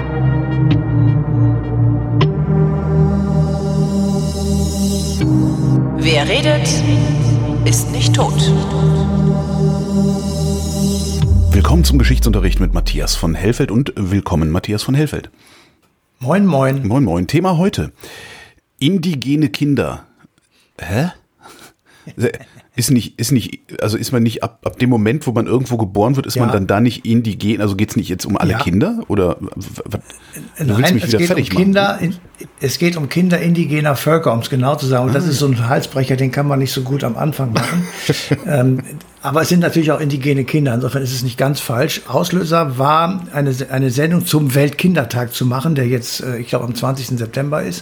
Wer redet, ist nicht tot. Willkommen zum Geschichtsunterricht mit Matthias von Hellfeld und willkommen Matthias von Hellfeld. Moin, moin. Moin, moin. Thema heute: Indigene Kinder. Hä? Ist man nicht ab dem Moment, wo man irgendwo geboren wird, ist man dann da nicht indigen? Also geht es nicht jetzt um alle Kinder? Oder du willst mich wieder fertig machen? Es geht um Kinder indigener Völker, um es genau zu sagen. Und das ist so ein Halsbrecher, den kann man nicht so gut am Anfang machen. Aber es sind natürlich auch indigene Kinder. Insofern ist es nicht ganz falsch. Auslöser war eine Sendung zum Weltkindertag zu machen, der jetzt, ich glaube, am 20. September ist,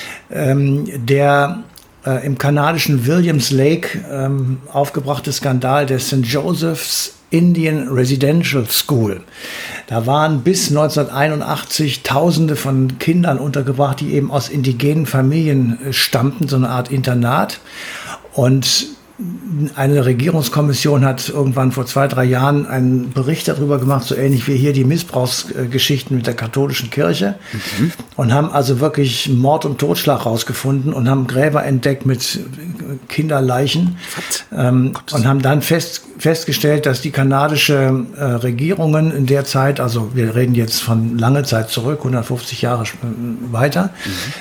der im kanadischen Williams Lake aufgebrachte Skandal der St. Joseph's Indian Residential School. Da waren bis 1981 Tausende von Kindern untergebracht, die eben aus indigenen Familien stammten, so eine Art Internat. Und eine Regierungskommission hat irgendwann vor 2-3 Jahren einen Bericht darüber gemacht, so ähnlich wie hier die Missbrauchsgeschichten mit der katholischen Kirche. Und haben also wirklich Mord und Totschlag rausgefunden und haben Gräber entdeckt mit Kinderleichen. Und haben dann festgestellt, dass die kanadische Regierungen in der Zeit, also wir reden jetzt von lange Zeit zurück, 150 Jahre weiter,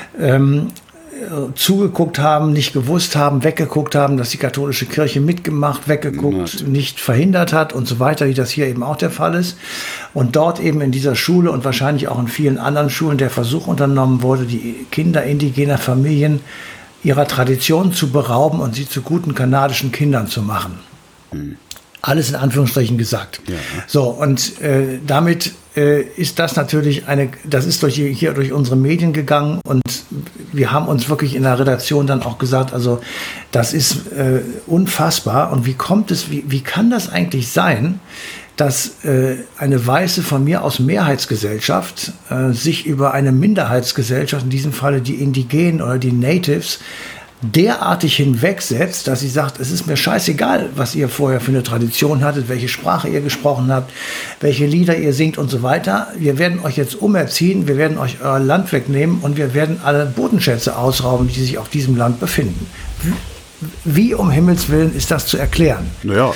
zugeguckt haben, nicht gewusst haben, weggeguckt haben, dass die katholische Kirche mitgemacht, weggeguckt, nicht verhindert hat und so weiter, wie das hier eben auch der Fall ist. Und dort eben in dieser Schule und wahrscheinlich auch in vielen anderen Schulen der Versuch unternommen wurde, die Kinder indigener Familien ihrer Tradition zu berauben und sie zu guten kanadischen Kindern zu machen. Alles in Anführungsstrichen gesagt. Ja. So, und damit ist das natürlich das ist durch unsere Medien gegangen und wir haben uns wirklich in der Redaktion dann auch gesagt, also das ist unfassbar und wie kann das eigentlich sein, dass eine weiße, von mir aus Mehrheitsgesellschaft sich über eine Minderheitsgesellschaft, in diesem Falle die Indigenen oder die Natives, derartig hinwegsetzt, dass sie sagt, es ist mir scheißegal, was ihr vorher für eine Tradition hattet, welche Sprache ihr gesprochen habt, welche Lieder ihr singt und so weiter. Wir werden euch jetzt umerziehen, wir werden euch euer Land wegnehmen und wir werden alle Bodenschätze ausrauben, die sich auf diesem Land befinden. Wie um Himmels Willen ist das zu erklären? Naja,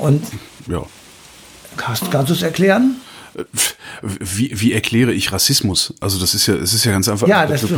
Kannst du es erklären? Wie erkläre ich Rassismus? Also es ist ja ganz einfach. Ja, du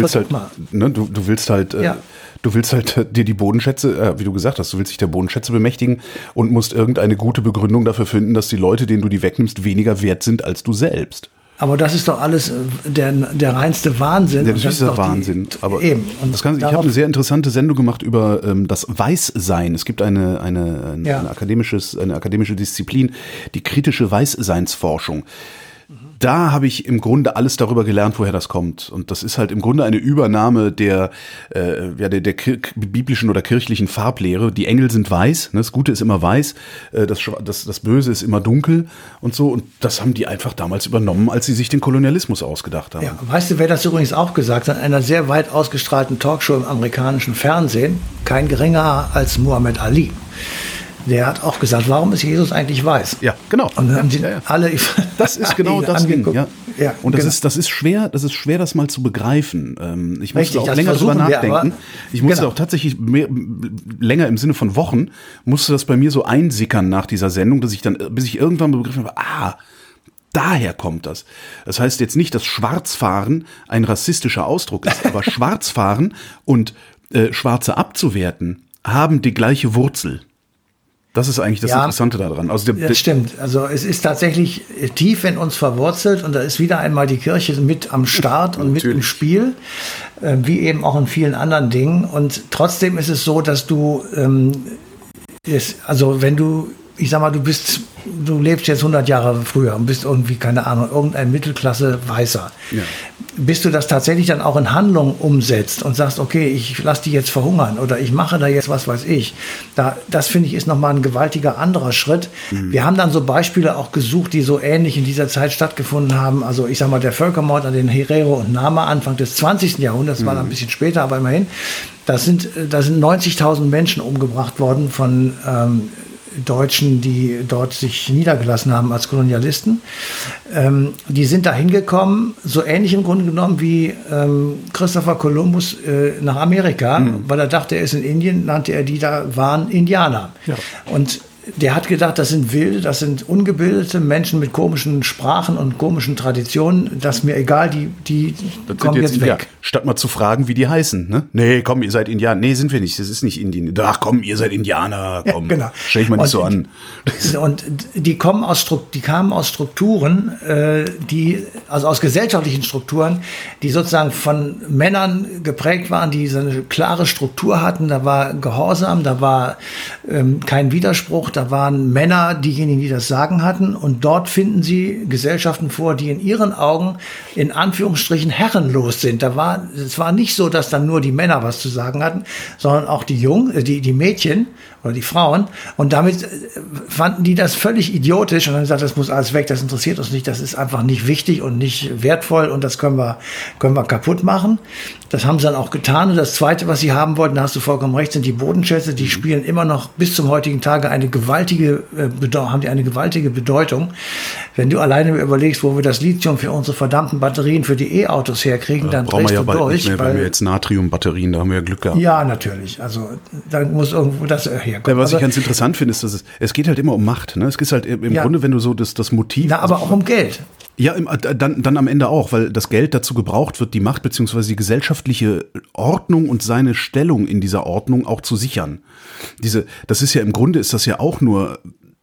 willst halt dir die Bodenschätze, wie du gesagt hast, du willst dich der Bodenschätze bemächtigen und musst irgendeine gute Begründung dafür finden, dass die Leute, denen du die wegnimmst, weniger wert sind als du selbst. Aber das ist doch alles der reinste Wahnsinn. Ja, das ist der Wahnsinn. Aber ich habe eine sehr interessante Sendung gemacht über das Weißsein. Es gibt eine akademische Disziplin, die kritische Weißseinsforschung. Da habe ich im Grunde alles darüber gelernt, woher das kommt. Und das ist halt im Grunde eine Übernahme der biblischen oder kirchlichen Farblehre. Die Engel sind weiß, ne? Das Gute ist immer weiß, das Böse ist immer dunkel und so. Und das haben die einfach damals übernommen, als sie sich den Kolonialismus ausgedacht haben. Ja, weißt du, wer das übrigens auch gesagt hat? In einer sehr weit ausgestrahlten Talkshow im amerikanischen Fernsehen, kein geringerer als Muhammad Ali. Der hat auch gesagt, warum ist Jesus eigentlich weiß? Ja, genau. Und dann haben sie alle das ist genau das Ding. Ja. Ja, und das ist schwer, das mal zu begreifen. Ich musste auch länger drüber nachdenken. Ich musste auch tatsächlich länger im Sinne von Wochen, musste das bei mir so einsickern nach dieser Sendung, bis ich irgendwann begriffen habe, daher kommt das. Das heißt jetzt nicht, dass Schwarzfahren ein rassistischer Ausdruck ist, aber Schwarzfahren und Schwarze abzuwerten haben die gleiche Wurzel. Das ist eigentlich das Interessante daran. Also das stimmt. Also es ist tatsächlich tief in uns verwurzelt und da ist wieder einmal die Kirche mit am Start und mit im Spiel, wie eben auch in vielen anderen Dingen. Und trotzdem ist es so, dass du, wenn du, ich sag mal, du lebst jetzt 100 Jahre früher und bist irgendwie, keine Ahnung, irgendein Mittelklasse-Weißer. Ja. Bis du das tatsächlich dann auch in Handlung umsetzt und sagst, okay, ich lasse die jetzt verhungern oder ich mache da jetzt was weiß ich. Das finde ich ist nochmal ein gewaltiger anderer Schritt. Wir haben dann so Beispiele auch gesucht, die so ähnlich in dieser Zeit stattgefunden haben. Also ich sag mal, der Völkermord an den Herero und Nama Anfang des 20. Jahrhunderts, war dann ein bisschen später, aber immerhin. Da sind 90.000 Menschen umgebracht worden von Deutschen, die dort sich niedergelassen haben als Kolonialisten. Die sind da hingekommen, so ähnlich im Grunde genommen wie Christopher Columbus nach Amerika, weil er dachte, er ist in Indien, nannte er die da, waren Indianer. Ja. Und der hat gedacht, das sind Wilde, das sind ungebildete Menschen mit komischen Sprachen und komischen Traditionen. Das ist mir egal, die kommen jetzt weg. Ja, statt mal zu fragen, wie die heißen. Ne? Nee, komm, ihr seid Indianer. Nee, sind wir nicht. Das ist nicht Indien. Ach komm, ihr seid Indianer. Komm, ja, genau. Stell ich mal nicht so an. Und die kamen aus Strukturen, also aus gesellschaftlichen Strukturen, die sozusagen von Männern geprägt waren, die so eine klare Struktur hatten. Da war Gehorsam, da war kein Widerspruch. Da waren Männer diejenigen, die das Sagen hatten. Und dort finden sie Gesellschaften vor, die in ihren Augen in Anführungsstrichen herrenlos sind. Es war nicht so, dass dann nur die Männer was zu sagen hatten, sondern auch die Mädchen oder die Frauen. Und damit fanden die das völlig idiotisch. Und dann gesagt, das muss alles weg, das interessiert uns nicht, das ist einfach nicht wichtig und nicht wertvoll und das können wir kaputt machen. Das haben sie dann auch getan. Und das Zweite, was sie haben wollten, da hast du vollkommen recht, sind die Bodenschätze. Die spielen immer noch bis zum heutigen Tage eine gewaltige Bedeutung. Wenn du alleine überlegst, wo wir das Lithium für unsere verdammten Batterien für die E-Autos herkriegen, dann brauchen wir ja bald durch. Nicht mehr, wenn wir jetzt Natriumbatterien, da haben wir ja Glück gehabt. Ja, natürlich. Also da muss irgendwo das herkommen. Ja, was ich ganz interessant finde, ist, dass es geht halt immer um Macht. Ne? Es geht halt im Grunde, wenn du so das Motiv... Na, aber auch um Geld. Ja, dann am Ende auch, weil das Geld dazu gebraucht wird, die Macht bzw. die gesellschaftliche Ordnung und seine Stellung in dieser Ordnung auch zu sichern. Das ist ja im Grunde, ist das ja auch nur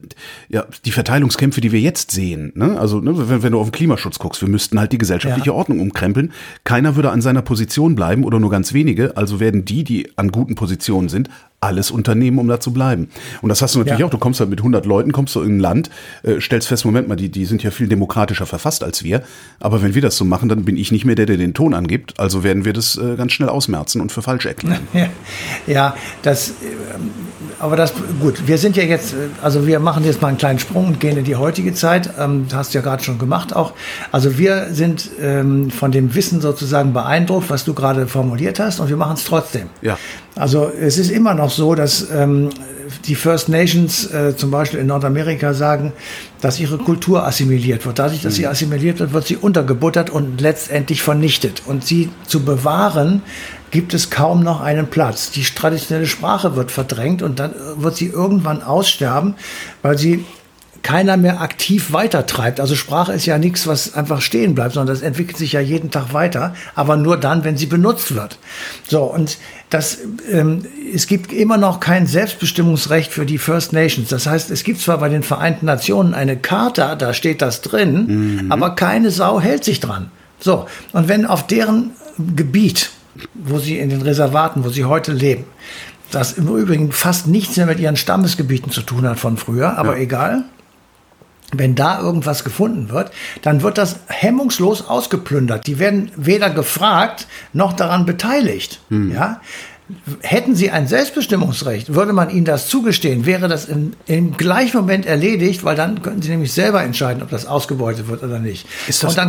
die Verteilungskämpfe, die wir jetzt sehen. Ne? Also wenn du auf den Klimaschutz guckst, wir müssten halt die gesellschaftliche Ordnung umkrempeln. Keiner würde an seiner Position bleiben oder nur ganz wenige. Also werden die an guten Positionen sind, alles unternehmen, um da zu bleiben. Und das hast du natürlich auch. Du kommst halt mit 100 Leuten, kommst du in ein Land, stellst fest, Moment mal, die sind ja viel demokratischer verfasst als wir. Aber wenn wir das so machen, dann bin ich nicht mehr der den Ton angibt. Also werden wir das ganz schnell ausmerzen und für falsch erklären. Ja, aber gut, wir sind ja jetzt, also wir machen jetzt mal einen kleinen Sprung und gehen in die heutige Zeit. Das hast du ja gerade schon gemacht auch. Also wir sind von dem Wissen sozusagen beeindruckt, was du gerade formuliert hast, und wir machen es trotzdem. Ja. Also es ist immer noch so, dass die First Nations zum Beispiel in Nordamerika sagen, dass ihre Kultur assimiliert wird. Dadurch, dass sie assimiliert wird, wird sie untergebuttert und letztendlich vernichtet. Und sie zu bewahren, gibt es kaum noch einen Platz. Die traditionelle Sprache wird verdrängt und dann wird sie irgendwann aussterben, weil sie keiner mehr aktiv weitertreibt. Also Sprache ist ja nichts, was einfach stehen bleibt, sondern das entwickelt sich ja jeden Tag weiter, aber nur dann, wenn sie benutzt wird. So, und es gibt immer noch kein Selbstbestimmungsrecht für die First Nations. Das heißt, es gibt zwar bei den Vereinten Nationen eine Charta, da steht das drin, aber keine Sau hält sich dran. So, und wenn auf deren Gebiet, wo sie in den Reservaten, wo sie heute leben, das im Übrigen fast nichts mehr mit ihren Stammesgebieten zu tun hat von früher, aber egal. Wenn da irgendwas gefunden wird, dann wird das hemmungslos ausgeplündert. Die werden weder gefragt noch daran beteiligt. Ja? Hätten sie ein Selbstbestimmungsrecht, würde man ihnen das zugestehen, wäre das im gleichen Moment erledigt, weil dann könnten sie nämlich selber entscheiden, ob das ausgebeutet wird oder nicht. Ist das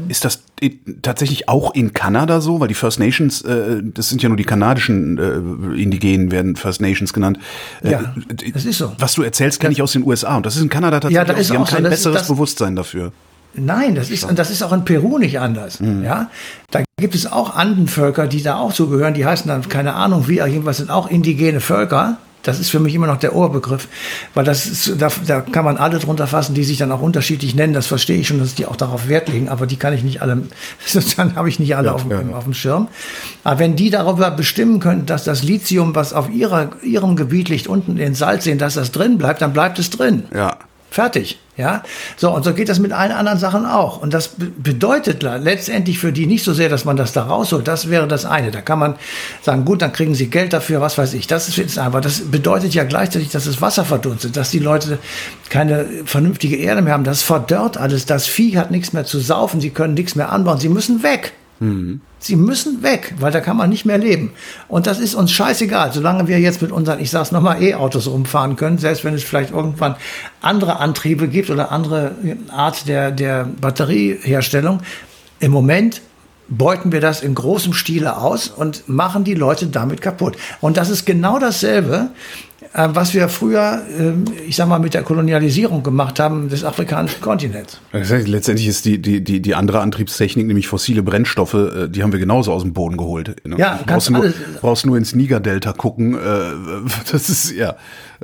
tatsächlich auch in Kanada so? Weil die First Nations, das sind ja nur die kanadischen Indigenen, werden First Nations genannt. Ja, das ist so. Was du erzählst, kenne ich aus den USA. Und das ist in Kanada tatsächlich auch. Die haben kein besseres Bewusstsein dafür. Nein, das ist auch in Peru nicht anders. Ja, da gibt es auch Andenvölker, die da auch zugehören. Die heißen dann, keine Ahnung wie, jedenfalls sind auch indigene Völker. Das ist für mich immer noch der Oberbegriff, weil da kann man alle drunter fassen, die sich dann auch unterschiedlich nennen. Das verstehe ich schon, dass die auch darauf Wert legen, aber die kann ich nicht alle, sozusagen habe ich nicht alle auf dem Schirm. Aber wenn die darüber bestimmen können, dass das Lithium, was auf ihrem Gebiet liegt, unten in den Salzseen, dass das drin bleibt, dann bleibt es drin. Ja. Fertig, ja. So, und so geht das mit allen anderen Sachen auch. Und das bedeutet letztendlich für die nicht so sehr, dass man das da rausholt. Das wäre das eine. Da kann man sagen, gut, dann kriegen sie Geld dafür, was weiß ich. Das ist jetzt einfach. Das bedeutet ja gleichzeitig, dass das Wasser verdunstet, dass die Leute keine vernünftige Erde mehr haben. Das verdorrt alles. Das Vieh hat nichts mehr zu saufen. Sie können nichts mehr anbauen. Sie müssen weg. Sie müssen weg, weil da kann man nicht mehr leben. Und das ist uns scheißegal, solange wir jetzt mit unseren, ich sag's nochmal, E-Autos rumfahren können, selbst wenn es vielleicht irgendwann andere Antriebe gibt oder andere Art der Batterieherstellung. Im Moment beuten wir das in großem Stile aus und machen die Leute damit kaputt. Und das ist genau dasselbe, was wir früher, ich sag mal, mit der Kolonialisierung gemacht haben des afrikanischen Kontinents. Das heißt, letztendlich ist die andere Antriebstechnik, nämlich fossile Brennstoffe, die haben wir genauso aus dem Boden geholt. Ne? Ja, brauchst nur ins Niger-Delta gucken. Das ist, ja.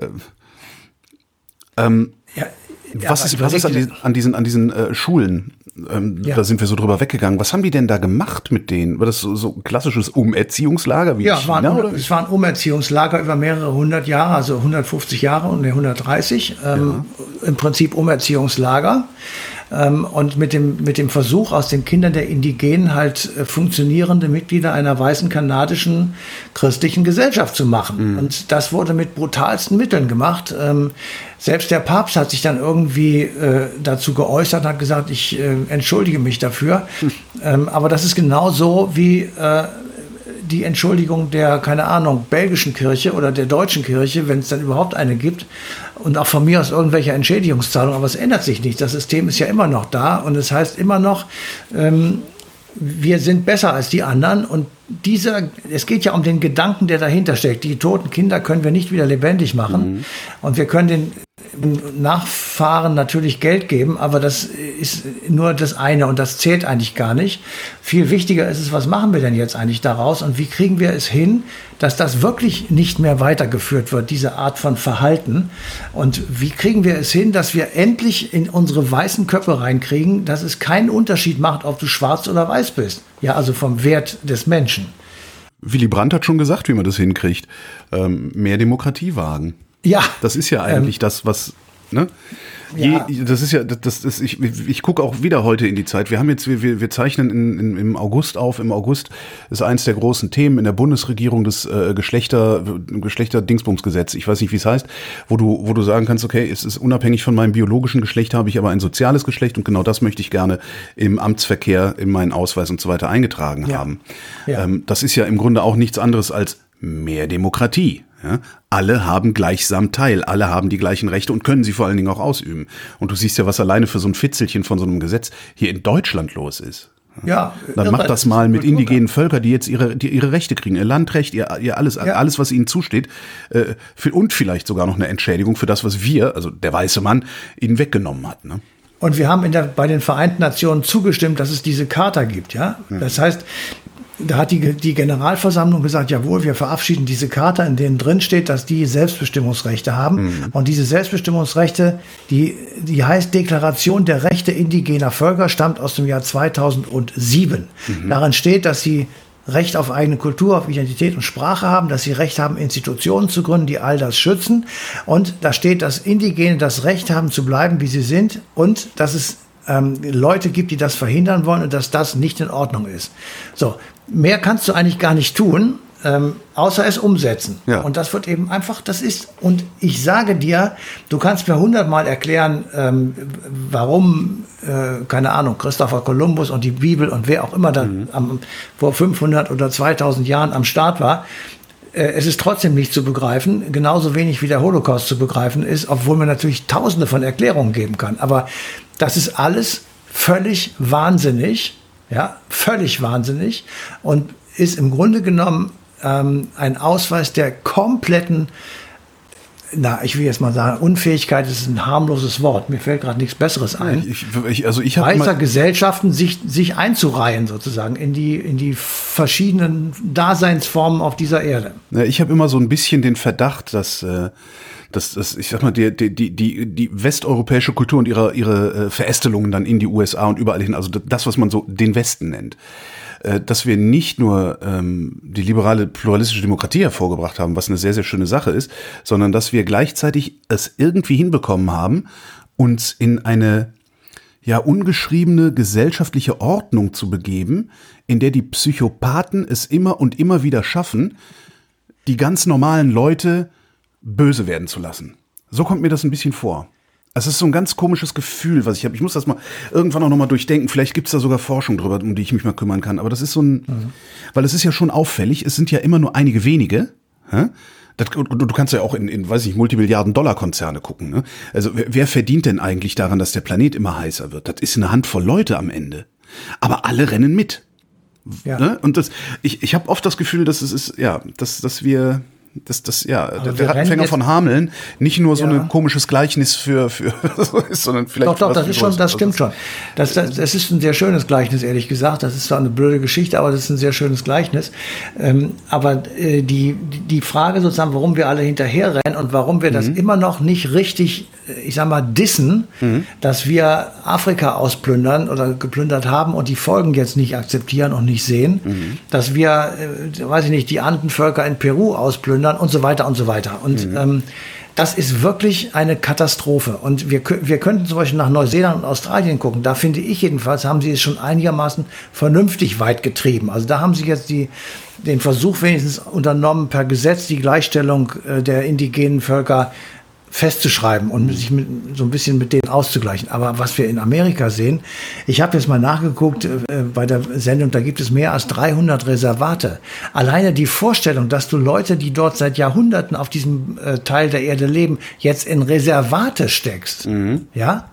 Was ist an diesen Schulen? Da sind wir so drüber weggegangen. Was haben die denn da gemacht mit denen? War das so ein klassisches Umerziehungslager wie China? Es war ein Umerziehungslager über mehrere hundert Jahre, also 150 Jahre und 130. Im Prinzip Umerziehungslager. Und mit dem Versuch, aus den Kindern der Indigenen halt funktionierende Mitglieder einer weißen kanadischen christlichen Gesellschaft zu machen. Und das wurde mit brutalsten Mitteln gemacht. Selbst der Papst hat sich dann irgendwie dazu geäußert, hat gesagt, ich entschuldige mich dafür. Aber das ist genauso wie die Entschuldigung der, keine Ahnung, belgischen Kirche oder der deutschen Kirche, wenn es dann überhaupt eine gibt, und auch von mir aus irgendwelche Entschädigungszahlungen, aber es ändert sich nicht. Das System ist ja immer noch da und es heißt immer noch, wir sind besser als die anderen und es geht ja um den Gedanken, der dahinter steckt. Die toten Kinder können wir nicht wieder lebendig machen und wir können den Nachfahren natürlich Geld geben, aber das ist nur das eine und das zählt eigentlich gar nicht. Viel wichtiger ist es, was machen wir denn jetzt eigentlich daraus und wie kriegen wir es hin, dass das wirklich nicht mehr weitergeführt wird, diese Art von Verhalten, und wie kriegen wir es hin, dass wir endlich in unsere weißen Köpfe reinkriegen, dass es keinen Unterschied macht, ob du schwarz oder weiß bist, ja, also vom Wert des Menschen. Willy Brandt hat schon gesagt, wie man das hinkriegt. Mehr Demokratie wagen. Ja. Das ist ja eigentlich das, was, ne? Ja. Das ist ja, ich gucke auch wieder heute in die Zeit. Wir zeichnen im August auf. Im August ist eins der großen Themen in der Bundesregierung das Geschlechter-Dingsbums-Gesetz. Ich weiß nicht, wie es heißt, wo du sagen kannst, okay, es ist unabhängig von meinem biologischen Geschlecht, habe ich aber ein soziales Geschlecht und genau das möchte ich gerne im Amtsverkehr, in meinen Ausweis und so weiter eingetragen haben. Ja. Das ist ja im Grunde auch nichts anderes als mehr Demokratie. Ja, alle haben gleichsam teil, alle haben die gleichen Rechte und können sie vor allen Dingen auch ausüben. Und du siehst ja, was alleine für so ein Fitzelchen von so einem Gesetz hier in Deutschland los ist. Ja, dann macht das mal mit indigenen Völkern, die jetzt ihre Rechte kriegen, ihr Landrecht, ihr alles, alles, was ihnen zusteht, und vielleicht sogar noch eine Entschädigung für das, was wir, also der weiße Mann, ihnen weggenommen hat. Ne? Und wir haben bei den Vereinten Nationen zugestimmt, dass es diese Charta gibt. Ja? Das heißt, da hat die Generalversammlung gesagt, jawohl, wir verabschieden diese Charta, in denen drin steht, dass die Selbstbestimmungsrechte haben. Und diese Selbstbestimmungsrechte, die heißt Deklaration der Rechte indigener Völker, stammt aus dem Jahr 2007. Darin steht, dass sie Recht auf eigene Kultur, auf Identität und Sprache haben, dass sie Recht haben, Institutionen zu gründen, die all das schützen. Und da steht, dass Indigene das Recht haben, zu bleiben, wie sie sind, und dass es Leute gibt, die das verhindern wollen und dass das nicht in Ordnung ist. So, mehr kannst du eigentlich gar nicht tun, außer es umsetzen. Ja. Und das wird eben einfach, das ist, und ich sage dir, du kannst mir 100-mal erklären, warum, keine Ahnung, Christopher Columbus und die Bibel und wer auch immer da vor 500 oder 2000 Jahren am Start war. Es ist trotzdem nicht zu begreifen, genauso wenig wie der Holocaust zu begreifen ist, obwohl man natürlich tausende von Erklärungen geben kann. Aber das ist alles völlig wahnsinnig, ja, völlig wahnsinnig, und ist im Grunde genommen ein Ausweis der kompletten, ich will jetzt mal sagen, Unfähigkeit ist ein harmloses Wort. Mir fällt gerade nichts Besseres ein. Weißer Gesellschaften sich einzureihen sozusagen in die verschiedenen Daseinsformen auf dieser Erde. Ich habe immer so ein bisschen den Verdacht, dass ich sag mal, die westeuropäische Kultur und ihre Verästelungen dann in die USA und überall hin, also das, was man so den Westen nennt, dass wir nicht nur die liberale pluralistische Demokratie hervorgebracht haben, was eine sehr, sehr schöne Sache ist, sondern dass wir gleichzeitig es irgendwie hinbekommen haben, uns in eine ungeschriebene gesellschaftliche Ordnung zu begeben, in der die Psychopathen es immer und immer wieder schaffen, die ganz normalen Leute böse werden zu lassen. So kommt mir das ein bisschen vor. Es ist so ein ganz komisches Gefühl, was ich habe. Ich muss das mal irgendwann auch noch mal durchdenken. Vielleicht gibt es da sogar Forschung drüber, um die ich mich mal kümmern kann. Aber das ist so ein, weil es ist ja schon auffällig. Es sind ja immer nur einige wenige. Du kannst ja auch in weiß ich, Multimilliarden-Dollar-Konzerne gucken. Ne? Also wer verdient denn eigentlich daran, dass der Planet immer heißer wird? Das ist eine Handvoll Leute am Ende. Aber alle rennen mit. Ja. Ne? Und ich habe oft das Gefühl, dass es ist, dass wir der Rattenfänger von Hameln nicht nur so ein komisches Gleichnis für sondern vielleicht. Doch, das stimmt schon. Das ist ein sehr schönes Gleichnis, ehrlich gesagt. Das ist zwar eine blöde Geschichte, aber das ist ein sehr schönes Gleichnis. Aber die Frage sozusagen, warum wir alle hinterherrennen und warum wir das immer noch nicht richtig, ich sag mal, dissen, dass wir Afrika ausplündern oder geplündert haben und die Folgen jetzt nicht akzeptieren und nicht sehen, dass wir, weiß ich nicht, die Andenvölker in Peru ausplündern und so weiter und so weiter. Und das ist wirklich eine Katastrophe. Und wir könnten zum Beispiel nach Neuseeland und Australien gucken. Da finde ich jedenfalls, haben sie es schon einigermaßen vernünftig weit getrieben. Also da haben sie jetzt den Versuch wenigstens unternommen, per Gesetz die Gleichstellung der indigenen Völker festzuschreiben und sich so ein bisschen mit denen auszugleichen. Aber was wir in Amerika sehen, ich habe jetzt mal nachgeguckt bei der Sendung, da gibt es mehr als 300 Reservate. Alleine die Vorstellung, dass du Leute, die dort seit Jahrhunderten auf diesem Teil der Erde leben, jetzt in Reservate steckst, ja?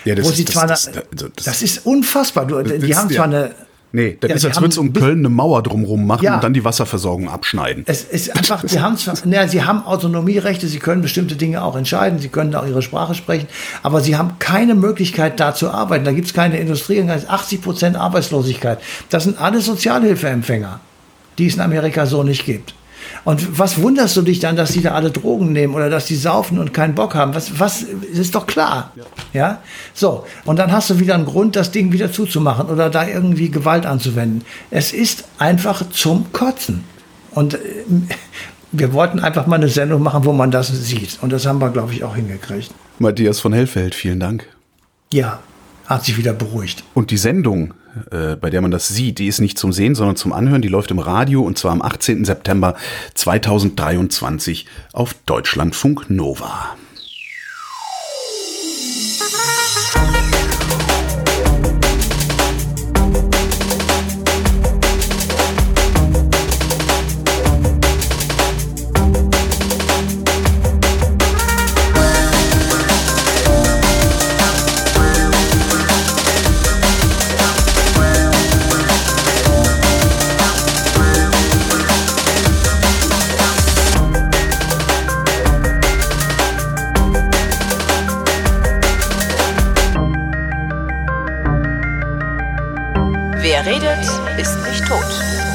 Das ist unfassbar. Die haben zwar eine... Nee, das ist, als würde es um Köln eine Mauer drumherum machen und dann die Wasserversorgung abschneiden. Es ist einfach, sie haben Autonomierechte, sie können bestimmte Dinge auch entscheiden, sie können auch ihre Sprache sprechen, aber sie haben keine Möglichkeit, da zu arbeiten. Da gibt es keine Industrie, 80% Arbeitslosigkeit. Das sind alles Sozialhilfeempfänger, die es in Amerika so nicht gibt. Und was wunderst du dich dann, dass die da alle Drogen nehmen oder dass die saufen und keinen Bock haben? Was ist doch klar. Ja? So. Und dann hast du wieder einen Grund, das Ding wieder zuzumachen oder da irgendwie Gewalt anzuwenden. Es ist einfach zum Kotzen. Und wir wollten einfach mal eine Sendung machen, wo man das sieht. Und das haben wir, glaube ich, auch hingekriegt. Matthias von Hellfeld, vielen Dank. Ja, hat sich wieder beruhigt. Und die Sendung, bei der man das sieht, die ist nicht zum Sehen, sondern zum Anhören. Die läuft im Radio und zwar am 18. September 2023 auf Deutschlandfunk Nova. Wer redet, ist nicht tot.